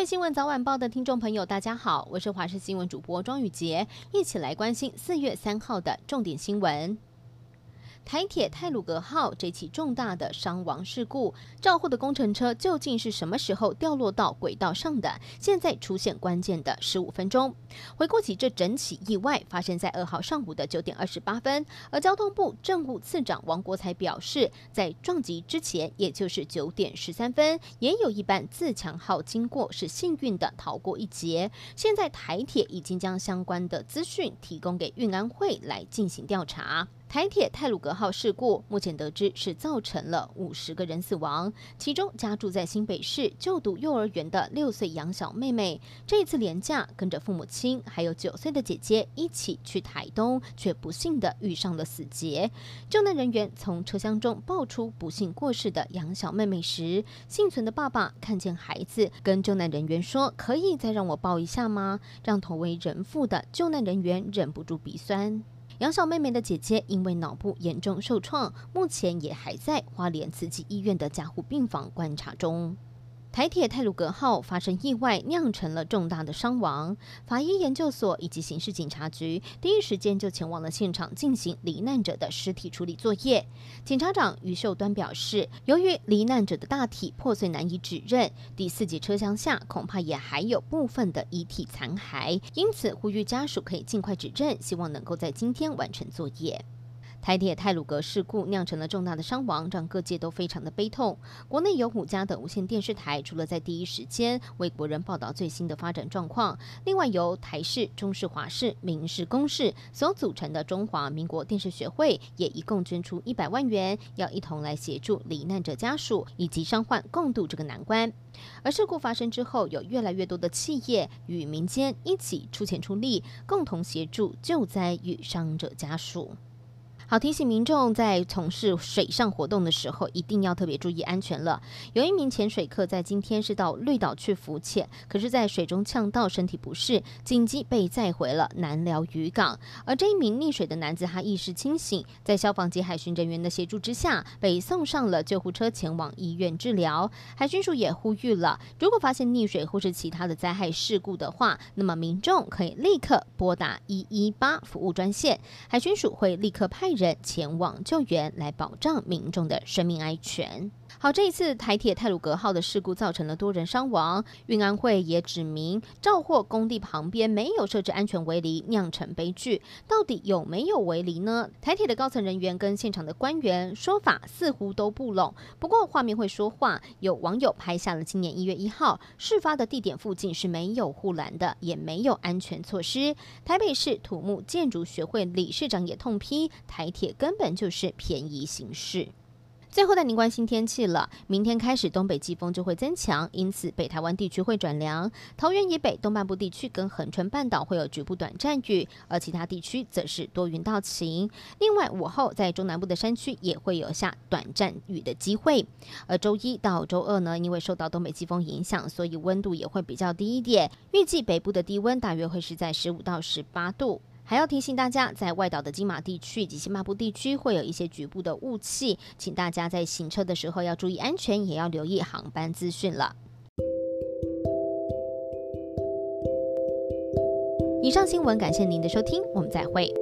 位新闻早晚报的听众朋友，大家好，我是华视新闻主播庄宇杰，一起来关心4月3号的重点新闻。台铁太鲁阁号这起重大的伤亡事故，照护的工程车究竟是什么时候掉落到轨道上的？现在出现关键的15分钟。回顾起这整起意外，发生在2号上午的9点28分，而交通部政务次长王国材表示，在撞击之前，也就是9点13分，也有一班自强号经过，是幸运的逃过一劫。现在台铁已经将相关的资讯提供给运安会来进行调查。台铁太鲁阁号事故目前得知是造成了50个人死亡，其中家住在新北市就读幼儿园的6岁养小妹妹，这一次连假跟着父母亲还有9岁的姐姐一起去台东，却不幸的遇上了死劫。救难人员从车厢中抱出不幸过世的养小妹妹时，幸存的爸爸看见孩子，跟救难人员说：“可以再让我抱一下吗？”让同为人父的救难人员忍不住鼻酸。养小妹妹的姐姐因为脑部严重受创，目前也还在花莲慈济医院的加护病房观察中。台铁太鲁阁号发生意外，酿成了重大的伤亡。法医研究所以及刑事警察局第一时间就前往了现场进行罹难者的尸体处理作业。检察长于秀端表示，由于罹难者的大体破碎难以指认，第4节车厢下恐怕也还有部分的遗体残骸，因此呼吁家属可以尽快指认，希望能够在今天完成作业。台铁太鲁阁事故酿成了重大的伤亡，让各界都非常的悲痛。国内有5家的无线电视台，除了在第一时间为国人报道最新的发展状况，另外由台视、中视、华视、民视、公视所组成的中华民国电视学会，也一共捐出100万元，要一同来协助罹难者家属以及伤患共度这个难关。而事故发生之后，有越来越多的企业与民间一起出钱出力，共同协助救灾与伤者家属。好，提醒民众在从事水上活动的时候，一定要特别注意安全了。有一名潜水客在今天是到绿岛去浮潜，可是在水中呛到，身体不适，紧急被载回了南寮渔港。而这一名溺水的男子，他意识清醒，在消防及海巡人员的协助之下，被送上了救护车前往医院治疗。海巡署也呼吁了，如果发现溺水或是其他的灾害事故的话，那么民众可以立刻拨打118服务专线，海巡署会立刻派人前往救援，来保障民众的生命安全。好，这一次台铁太鲁阁号的事故造成了多人伤亡，运安会也指明肇货工地旁边没有设置安全围篱，酿成悲剧。到底有没有围篱呢？台铁的高层人员跟现场的官员说法似乎都不拢。不过画面会说话，有网友拍下了今年1月1号事发的地点附近是没有护栏的，也没有安全措施。台北市土木建筑学会理事长也痛批台铁根本就是便宜行事。最后带您关心天气了，明天开始东北季风就会增强，因此北台湾地区会转凉，桃园以北东半部地区跟恒春半岛会有局部短暂雨，而其他地区则是多云到晴。另外午后在中南部的山区也会有下短暂雨的机会。而周1到周2呢，因为受到东北季风影响，所以温度也会比较低一点，预计北部的低温大约会是在15到18度。还要提醒大家，在外岛的金马地区以及西马部地区会有一些局部的雾气，请大家在行车的时候要注意安全，也要留意航班资讯了。以上新闻感谢您的收听，我们再会。